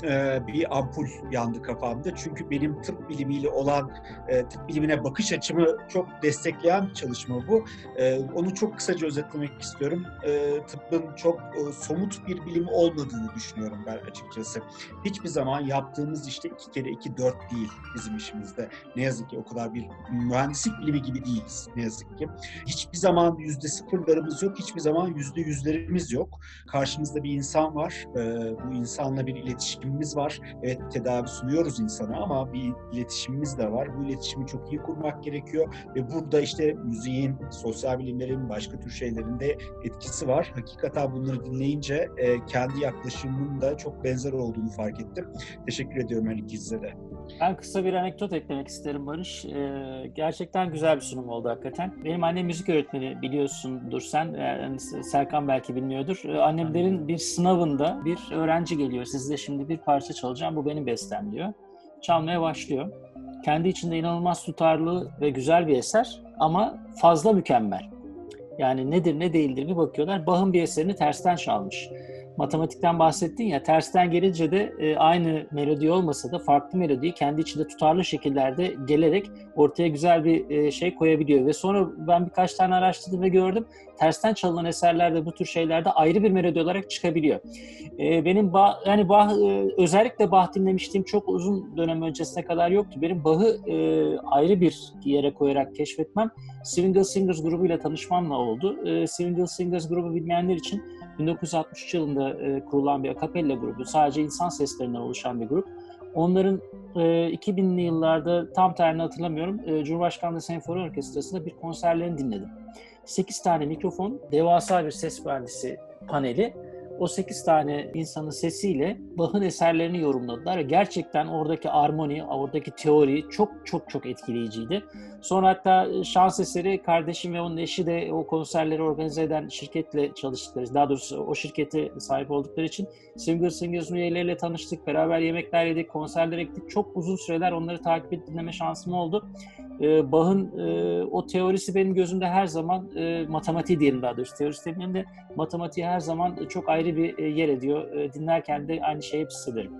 bir ampul yandı kafamda. Çünkü benim tıp bilimiyle olan, tıp bilimine bakış açımı çok destekleyen bir çalışma bu. Onu çok kısaca özetlemek istiyorum. Tıbbın çok somut bir bilim olmadığını düşünüyorum ben açıkçası. Hiçbir zaman yaptığımız işte iki kere iki dört değil bizim işimizde. Ne yazık ki o kadar bir mühendislik bilimi gibi değiliz ne yazık ki. Hiçbir zaman yüzde sıfırlarımız yok, hiçbir zaman yüzde yüzlerimiz yok. Karşımızda bir insan var. Bu insanla bir iletişim var. Evet, tedavi sunuyoruz insana ama bir iletişimimiz de var. Bu iletişimi çok iyi kurmak gerekiyor ve burada işte müziğin, sosyal bilimlerin, başka tür şeylerin de etkisi var. Hakikaten bunları dinleyince e, kendi yaklaşımımın da çok benzer olduğunu fark ettim. Teşekkür ediyorum her ikinize de. Ben kısa bir anekdot eklemek isterim Barış. Ee, gerçekten güzel bir sunum oldu hakikaten. Benim annem müzik öğretmeni, biliyorsundur sen. Yani Serkan belki bilmiyordur. Ee, annemlerin bir sınavında bir öğrenci geliyor. Sizde şimdi bir parça çalacağım. Bu benim bestem diyor. Çalmaya başlıyor. Kendi içinde inanılmaz tutarlı ve güzel bir eser ama fazla mükemmel. Yani nedir ne değildir bir bakıyorlar. Bach'ın bir eserini tersten çalmış. Matematikten bahsettin ya, tersten gelince de e, aynı melodi olmasa da farklı melodiyi kendi içinde tutarlı şekillerde gelerek ortaya güzel bir e, şey koyabiliyor. Ve sonra ben birkaç tane araştırdım ve gördüm, tersten çalınan eserlerde bu tür şeylerde ayrı bir melodi olarak çıkabiliyor. E, benim Bach, yani Bach, e, özellikle Bach dinlemiştiğim çok uzun dönem öncesine kadar yoktu. Benim Bach'ı e, ayrı bir yere koyarak keşfetmem, Swingle Singers grubuyla tanışmamla oldu. E, Swingle Singers grubu bilmeyenler için bin dokuz yüz altmış üç yılında e, kurulan bir akapella grubu. Sadece insan seslerinden oluşan bir grup. Onların e, iki binli yıllarda, tam tarihini hatırlamıyorum, e, Cumhurbaşkanlığı Senfoni Orkestrası'nda bir konserlerini dinledim. sekiz tane mikrofon, devasa bir ses mühendisi paneli. O sekiz tane insanın sesiyle Bach'ın eserlerini yorumladılar. Gerçekten oradaki armoni, oradaki teori çok çok çok etkileyiciydi. Sonra hatta şans eseri kardeşim ve onun eşi de o konserleri organize eden şirketle çalıştıkları, daha doğrusu o şirkete sahip oldukları için Swingle Singers'ın üyeleriyle tanıştık, beraber yemekler yedik, konserlere gittik. Çok uzun süreler onları takip edip dinleme şansım oldu. Ee, Bach'ın e, o teorisi benim gözümde her zaman, e, matematiği diyelim daha doğrusu, teorisi demeyeyim de matematiği her zaman çok ayrı bir e, yer ediyor. E, dinlerken de aynı şeyi hissederim.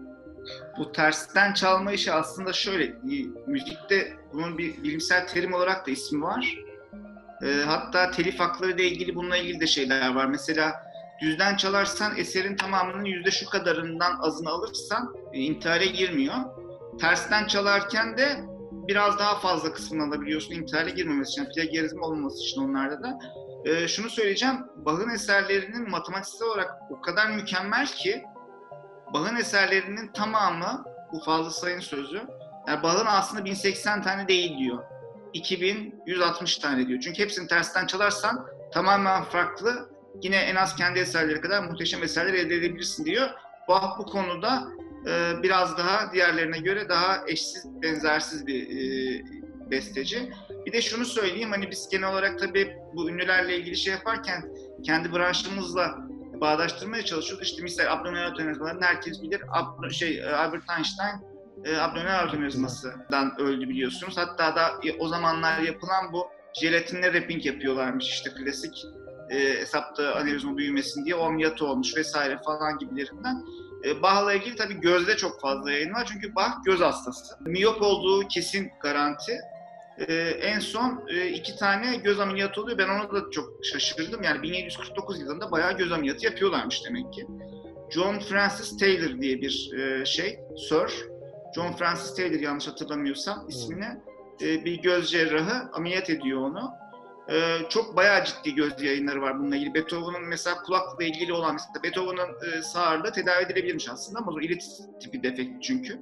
Bu tersten çalma işi aslında şöyle, müzikte bunun bir bilimsel terim olarak da ismi var. E, hatta telif hakları ile ilgili bununla ilgili de şeyler var. Mesela düzden çalarsan eserin tamamının yüzde şu kadarından azını alırsan e, intihare girmiyor. Tersten çalarken de biraz daha fazla kısmını alabiliyorsun intihare girmemesi için, plagiarizm olmaması için onlarda da. E, şunu söyleyeceğim, Bach'ın eserlerinin matematiksel olarak o kadar mükemmel ki Bach'ın eserlerinin tamamı, bu fazla sayın sözü, yani Bach'ın aslında bin seksen tane değil diyor. iki bin yüz altmış tane diyor. Çünkü hepsini tersten çalarsan tamamen farklı, yine en az kendi eserleri kadar muhteşem eserler elde edebilirsin diyor. Bach bu konuda e, biraz daha diğerlerine göre daha eşsiz, benzersiz bir e, besteci. Bir de şunu söyleyeyim, hani biz genel olarak tabii bu ünlülerle ilgili şey yaparken kendi branşımızla bağdaştırmaya çalışıyoruz. İşte misal abdominal atonizmalarını herkes bilir. Ab, şey Albert Einstein e, abdominal atonizmasından öldü biliyorsunuz. Hatta da e, o zamanlar yapılan bu jelatinle wrapping yapıyorlarmış, işte klasik e, hesapta anevrizma büyümesin diye, o ameliyatı olmuş vesaire falan gibilerinden. E, Bach'la ilgili tabii gözde çok fazla yayın var çünkü Bach göz hastası. Miyop olduğu kesin garanti. Ee, en son e, iki tane göz ameliyatı oluyor. Ben ona da çok şaşırdım. Yani bin yedi yüz kırk dokuz yılında bayağı göz ameliyatı yapıyorlarmış demek ki. John Francis Taylor diye bir e, şey, Sir. John Francis Taylor, yanlış hatırlamıyorsam ismini, e, bir göz cerrahı ameliyat ediyor onu. E, çok bayağı ciddi göz yayınları var bununla ilgili. Beethoven'ın mesela kulakla ilgili olan, mesela Beethoven'ın e, sağırlığı tedavi edilebilirmiş aslında ama o iletis tipi defekt çünkü.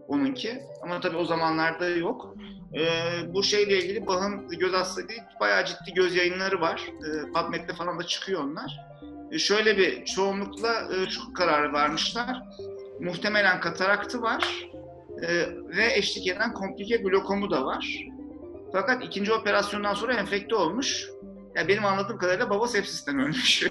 onunki. Ama tabii o zamanlarda yok. Ee, bu şeyle ilgili Bach'ın göz hastalığı değil, bayağı ciddi göz yayınları var. Ee, PubMed'de falan da çıkıyor onlar. Ee, şöyle bir çoğunlukla e, şu kararı vermişler. Muhtemelen kataraktı var e, ve eşlik eden komplike glokomu da var. Fakat ikinci operasyondan sonra enfekte olmuş. Yani benim anladığım kadarıyla baba sepsisten ölmüş.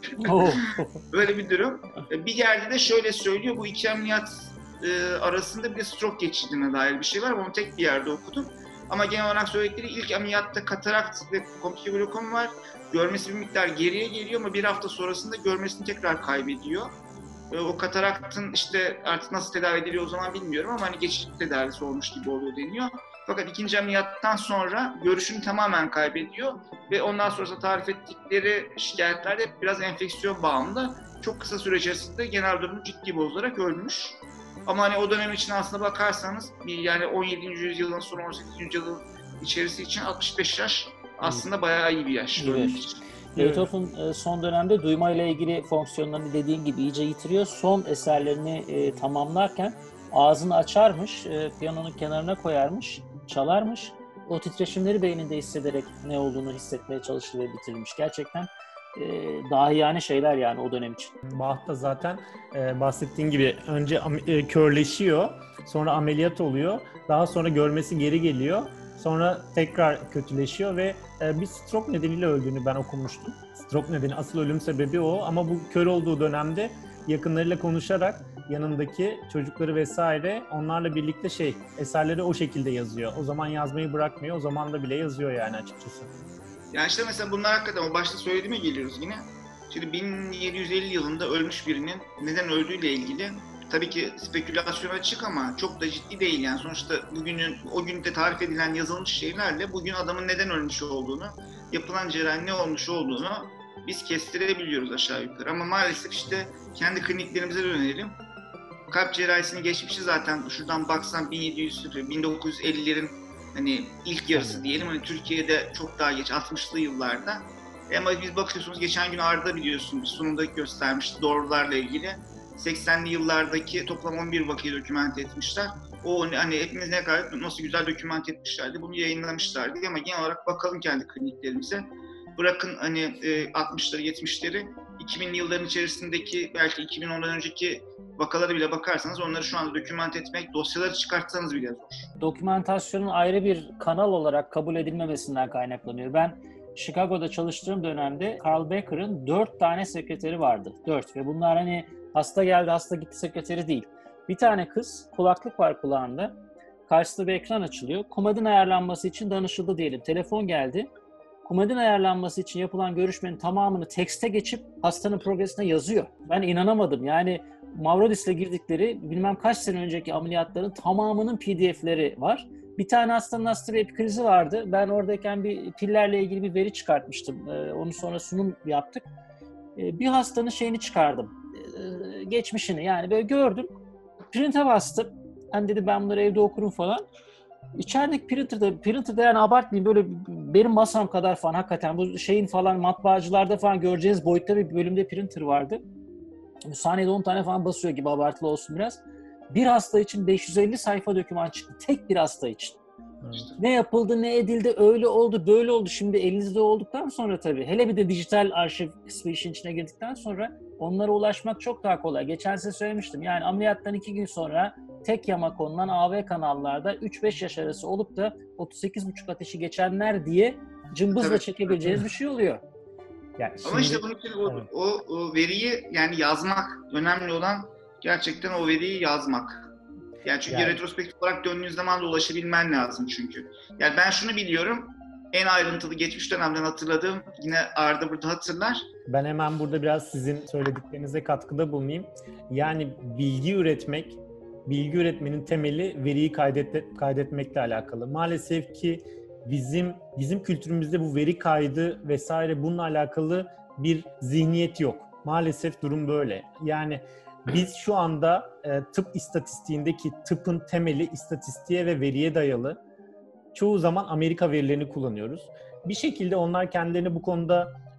Böyle bir durum. Bir yerde de şöyle söylüyor, bu iki ameliyat e, arasında bir de stroke geçirdiğine dair bir şey var. Onu tek bir yerde okudum. Ama genel olarak söyledikleri ilk ameliyatta katarakt ve komplike glokom var. Görmesi bir miktar geriye geliyor ama bir hafta sonrasında görmesini tekrar kaybediyor. E, o kataraktın işte artık nasıl tedavi ediliyor o zaman bilmiyorum ama hani geçici tedavisi olmuş gibi oluyor deniyor. Fakat ikinci ameliyattan sonra görüşünü tamamen kaybediyor ve ondan sonra tarif ettikleri şikayetler de biraz enfeksiyon bağımlı. Çok kısa süre içerisinde genel durumu ciddi bozularak ölmüş. Ama hani o dönem için aslına bakarsanız yani on yedinci yüzyılın sonu on sekizinci yüzyılın içerisi için altmış beş yaş aslında bayağı iyi bir yaş. Evet. Beethoven son dönemde duymayla ilgili fonksiyonlarını dediğin gibi iyice yitiriyor. Son eserlerini e, tamamlarken ağzını açarmış, e, piyanonun kenarına koyarmış, çalarmış. O titreşimleri beyninde hissederek ne olduğunu hissetmeye çalıştı ve bitirmiş. Gerçekten e, dahiyane şeyler yani o dönem için. Bach da zaten e, bahsettiğin gibi önce e, körleşiyor, sonra ameliyat oluyor, daha sonra görmesi geri geliyor, sonra tekrar kötüleşiyor ve e, bir stroke nedeniyle öldüğünü ben okumuştum. Stroke nedeni, asıl ölüm sebebi o ama bu kör olduğu dönemde yakınlarıyla konuşarak yanındaki çocukları vesaire onlarla birlikte şey eserleri o şekilde yazıyor. O zaman yazmayı bırakmıyor. O zaman da bile yazıyor yani açıkçası. Yani işte mesela bunlar hakikaten o başta söylediğime geliyoruz yine. Şimdi bin yedi yüz elli yılında ölmüş birinin neden öldüğüyle ilgili tabii ki spekülasyon açık ama çok da ciddi değil yani. Sonuçta bugünün o günde tarif edilen yazılmış şeylerle bugün adamın neden ölmüş olduğunu, yapılan cerrahi ne olmuş olduğunu biz kestirebiliyoruz aşağı yukarı. Ama maalesef işte kendi kliniklerimize dönelim. Kalp cerrahisini geçmişi zaten şuradan baksan bin yedi yüz bin dokuz yüz ellilerin hani ilk yarısı diyelim. Hani Türkiye'de çok daha geç altmışlı yıllarda. Ama biz bakıyorsunuz geçen gün Arda biliyorsun bir sunumda göstermişti doğrularla ilgili. seksenli yıllardaki toplam on bir vakayı dokümante etmişler. O hani hepimiz ne kadar nasıl güzel dokümante etmişlerdi. Bunu yayınlamışlardı ama genel olarak bakalım kendi kliniklerimize. Bırakın hani e, altmışları yetmişleri iki binli yılların içerisindeki belki iki bin ondan önceki vakalara bile bakarsanız onları şu anda dokümante etmek, dosyaları çıkartsanız bile zor. Dokümantasyonun ayrı bir kanal olarak kabul edilmemesinden kaynaklanıyor. Ben Chicago'da çalıştığım dönemde Carl Becker'ın dört tane sekreteri vardı. Dört ve bunlar hani hasta geldi hasta gitti sekreteri değil. Bir tane kız kulaklık var kulağında. Karşısında bir ekran açılıyor. Komodin ayarlanması için danışıldı diyelim. Telefon geldi. Komodin ayarlanması için yapılan görüşmenin tamamını tekste geçip hastanın progresine yazıyor. Ben inanamadım. Yani Mavrodis'le girdikleri bilmem kaç sene önceki ameliyatların tamamının P D F'leri var. Bir tane hastanın hasta bir epikrizi vardı. Ben oradayken bir pillerle ilgili bir veri çıkartmıştım. Ee, onu sonra sunum yaptık. Ee, bir hastanın şeyini çıkardım. Ee, geçmişini yani böyle gördüm. Print'e bastım. Hani dedi ben bunları evde okurum falan. İçerideki printer'da, printer'da yani abartmayayım böyle benim masam kadar falan hakikaten bu şeyin falan matbaacılarda falan göreceğiniz boyutta bir bölümde printer vardı. Saniyede on tane falan basıyor gibi abartılı olsun biraz. Bir hasta için beş yüz elli sayfa doküman çıktı. Tek bir hasta için. Evet. Ne yapıldı, ne edildi, öyle oldu, böyle oldu. Şimdi elinizde olduktan sonra tabii. Hele bir de dijital arşiv kısmı işin içine girdikten sonra onlara ulaşmak çok daha kolay. Geçen sene söylemiştim. Yani ameliyattan iki gün sonra tek yama konulan A V kanallarda üç beş yaş arası olup da otuz sekiz buçuk ateşi geçenler diye cımbızla tabii çekebileceğiniz bir şey oluyor. Yani şimdi, ama işte bunun için o, evet. o, o veriyi yani yazmak önemli olan gerçekten o veriyi yazmak. Yani çünkü yani. retrospektif olarak döndüğün zaman da ulaşabilmen lazım çünkü. Yani ben şunu biliyorum, en ayrıntılı geçmiş dönemden hatırladığım, yine Arda burada hatırlar. Ben hemen burada biraz sizin söylediklerinize katkıda bulunayım. Yani bilgi üretmek, bilgi üretmenin temeli veriyi kaydet, kaydetmekle alakalı. Maalesef ki bizim bizim kültürümüzde bu veri kaydı vesaire bununla alakalı bir zihniyet yok. Maalesef durum böyle. Yani biz şu anda e, tıp istatistiğindeki tıpın temeli istatistiğe ve veriye dayalı. Çoğu zaman Amerika verilerini kullanıyoruz. Bir şekilde onlar kendilerini bu konuda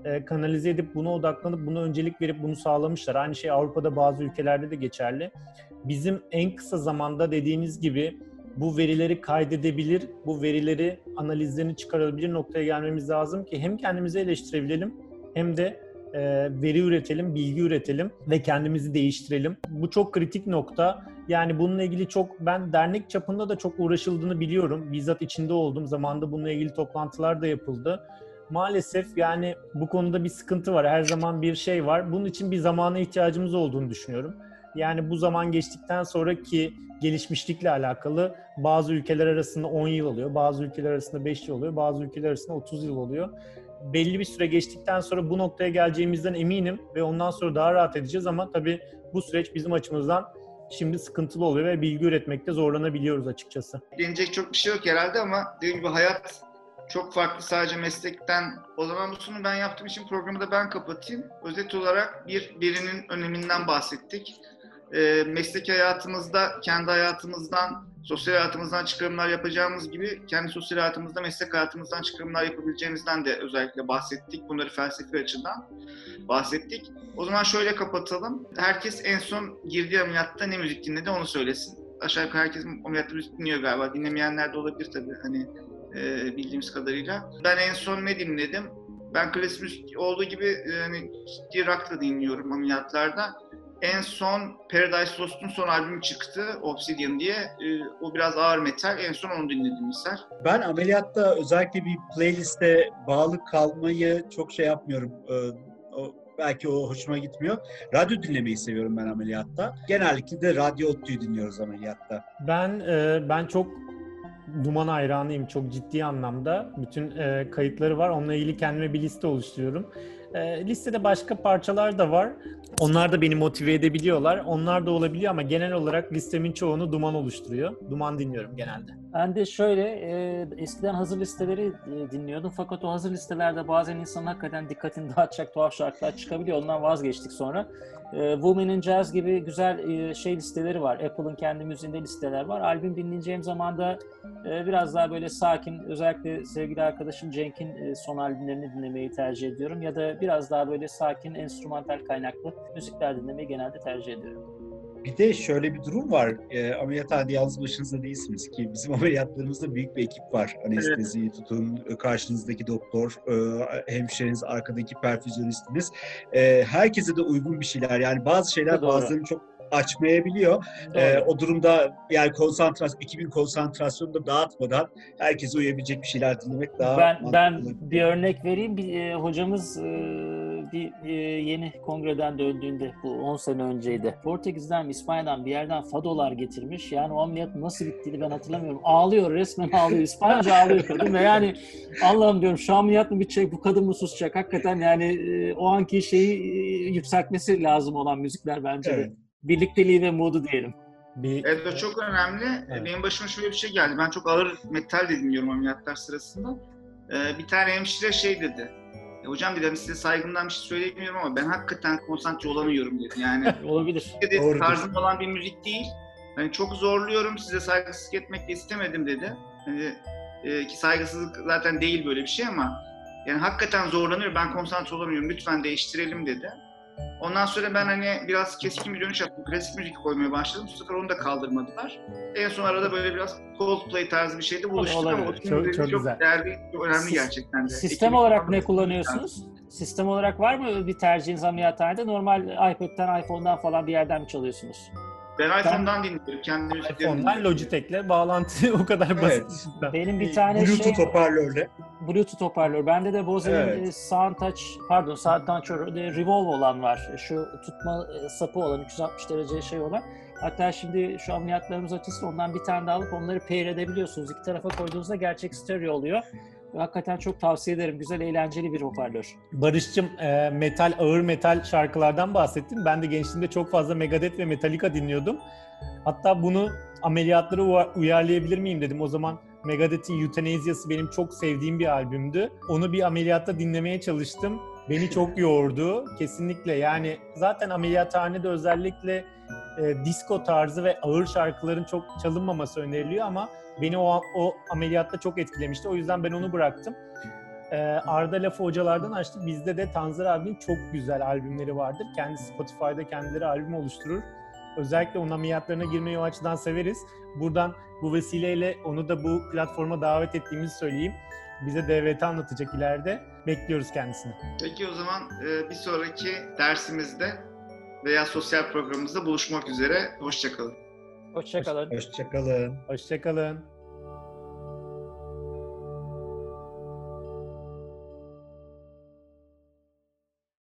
e, kanalize edip buna odaklanıp buna öncelik verip bunu sağlamışlar. Aynı şey Avrupa'da bazı ülkelerde de geçerli. Bizim en kısa zamanda dediğiniz gibi bu verileri kaydedebilir, bu verileri analizlerini çıkarabilir noktaya gelmemiz lazım ki hem kendimizi eleştirebilelim hem de e, veri üretelim, bilgi üretelim ve kendimizi değiştirelim. Bu çok kritik nokta. Yani bununla ilgili çok, ben dernek çapında da çok uğraşıldığını biliyorum. Bizzat içinde olduğum zamanda bununla ilgili toplantılar da yapıldı. Maalesef yani bu konuda bir sıkıntı var. Her zaman bir şey var. Bunun için bir zamana ihtiyacımız olduğunu düşünüyorum. Yani bu zaman geçtikten sonraki gelişmişlikle alakalı bazı ülkeler arasında on yıl oluyor, bazı ülkeler arasında beş yıl oluyor, bazı ülkeler arasında otuz yıl oluyor. Belli bir süre geçtikten sonra bu noktaya geleceğimizden eminim ve ondan sonra daha rahat edeceğiz ama tabii bu süreç bizim açımızdan şimdi sıkıntılı oluyor ve bilgi üretmekte zorlanabiliyoruz açıkçası. Denecek çok bir şey yok herhalde ama dediğim gibi hayat çok farklı sadece meslekten. O zaman bu sunumu ben yaptığım için programı da ben kapatayım. Özet olarak bir birinin öneminden bahsettik. E, mesleki hayatımızda, kendi hayatımızdan, sosyal hayatımızdan çıkarımlar yapacağımız gibi kendi sosyal hayatımızda, meslek hayatımızdan çıkarımlar yapabileceğimizden de özellikle bahsettik. Bunları felsefi açıdan bahsettik. O zaman şöyle kapatalım. Herkes en son girdiği ameliyatta ne müzik dinledi onu söylesin. Aşağı yukarı herkes ameliyatta müzik dinliyor galiba. Dinlemeyenler de olabilir tabii hani e, bildiğimiz kadarıyla. Ben en son ne dinledim? Ben klasik müzik olduğu gibi hani ciddi rock da dinliyorum ameliyatlarda. En son Paradise Lost'un son albümü çıktı, Obsidian diye. Ee, o biraz ağır metal. En son onu dinledim misal. Ben ameliyatta özellikle bir playliste bağlı kalmayı çok şey yapmıyorum. Ee, o, belki o hoşuma gitmiyor. Radyo dinlemeyi seviyorum ben ameliyatta. Genellikle de Radyo Ottu'yu dinliyoruz ameliyatta. Ben e, ben çok Duman hayranıyım, çok ciddi anlamda. Bütün e, kayıtları var. Onunla ilgili kendime bir liste oluşturuyorum. E, listede başka parçalar da var. Onlar da beni motive edebiliyorlar. Onlar da olabiliyor ama genel olarak listemin çoğunu Duman oluşturuyor. Duman dinliyorum genelde. Ben de şöyle, e, eskiden hazır listeleri e, dinliyordum. Fakat o hazır listelerde bazen insanın hakikaten dikkatini dağıtacak tuhaf şarkılar çıkabiliyor. Ondan vazgeçtik sonra. E, Women in Jazz gibi güzel e, şey listeleri var. Apple'ın kendi müziğinde listeler var. Albüm dinleyeceğim zaman da e, biraz daha böyle sakin, özellikle sevgili arkadaşım Cenk'in e, son albümlerini dinlemeyi tercih ediyorum. Ya da biraz daha böyle sakin, enstrümantal kaynaklı müzikler dinlemeyi genelde tercih ediyorum. Bir de şöyle bir durum var. E, ameliyathanede yalnız başınızda değilsiniz ki. Bizim ameliyatlarımızda büyük bir ekip var. Anesteziyi tutun, karşınızdaki doktor, e, hemşireniz, arkadaki perfüzyonistiniz. E, herkese de uygun bir şeyler. Yani bazı şeyler Doğru. bazılarını çok açmayabiliyor. E, o durumda yani konsantrasyon, ekibin konsantrasyonunu da dağıtmadan herkese uyabilecek bir şeyler dinlemek daha ben, mantıklı. Ben bir örnek vereyim. Bir, e, hocamız e, bir e, yeni kongreden döndüğünde, bu on sene önceydi. Portekiz'den, İspanya'dan bir yerden fadolar getirmiş. Yani o ameliyat nasıl bittiğini ben hatırlamıyorum. Ağlıyor, resmen ağlıyor. İspanyolca ağlıyor kadın ve yani Allah'ım diyorum, şu ameliyat mı bitecek, bu kadın mı susacak? Hakikaten yani e, o anki şeyi e, yükseltmesi lazım olan müzikler bence Evet. de. Birlikteliği ve modu diyelim. Bir, evet o çok önemli. Evet. Benim başıma şöyle bir şey geldi. Ben çok ağır metal de dinliyorum ameliyatlar sırasında. Ee, bir tane hemşire şey dedi. E, hocam dedi, size saygımdan bir şey söyleyemiyorum ama ben hakikaten konsantre olamıyorum dedi. Yani olabilir. Dedi, tarzım olan bir müzik değil. Yani çok zorluyorum, size saygısızlık etmek de istemedim dedi. Yani, e, ki saygısızlık zaten değil böyle bir şey ama yani hakikaten zorlanıyorum, ben konsantre olamıyorum, lütfen değiştirelim dedi. Ondan sonra ben hani biraz keskin bir dönüş yaptım. Klasik müzik koymaya başladım. Bu sefer onu da kaldırmadılar. En son arada böyle biraz Coldplay tarzı bir şeyde buluştuk ama o çok, çok, çok değerli, çok önemli Sis, gerçekten de. Sistem Ekibim olarak ne kullanıyorsunuz? Yani. Sistem olarak var mı bir tercihiniz ameliyathanede? Normal iPad'den, iPhone'dan falan bir yerden mi çalıyorsunuz? Ben iPhone'dan dinliyorum. Kendi iPhone'dan Logitech'le bağlantı o kadar basit. Evet. Benim bir tane Bluetooth şey... hoparlörle. Bluetooth hoparlör. Bende de Bose'nin evet. Soundtouch, pardon Soundtouch Revolve olan var. Şu tutma sapı olan, üç yüz altmış derece şey olan. Hatta şimdi şu ameliyatlarımız açısından ondan bir tane daha alıp onları pair edebiliyorsunuz. İki tarafa koyduğunuzda gerçek stereo oluyor. Hakikaten çok tavsiye ederim. Güzel, eğlenceli bir hoparlör. Barış'cığım e, metal, ağır metal şarkılardan bahsettin. Ben de gençliğimde çok fazla Megadeth ve Metallica dinliyordum. Hatta bunu ameliyatlara uyarlayabilir miyim dedim. O zaman Megadeth'in Euthanasia'sı benim çok sevdiğim bir albümdü. Onu bir ameliyatta dinlemeye çalıştım. Beni çok yordu. Kesinlikle yani zaten ameliyathanede özellikle e, disco tarzı ve ağır şarkıların çok çalınmaması öneriliyor ama beni o, o ameliyatta çok etkilemişti. O yüzden ben onu bıraktım. Ee, Arda lafı hocalardan açtı. Bizde de Tanzer abinin çok güzel albümleri vardır. Kendi Spotify'da kendileri albüm oluşturur. Özellikle onun ameliyatlarına girmeyi o açıdan severiz. Buradan bu vesileyle onu da bu platforma davet ettiğimizi söyleyeyim. Bize D V T anlatacak ileride. Bekliyoruz kendisini. Peki o zaman e, bir sonraki dersimizde veya sosyal programımızda buluşmak üzere. Hoşça kalın. Hoşça kalın. Hoşça kalın. Hoşça kalın.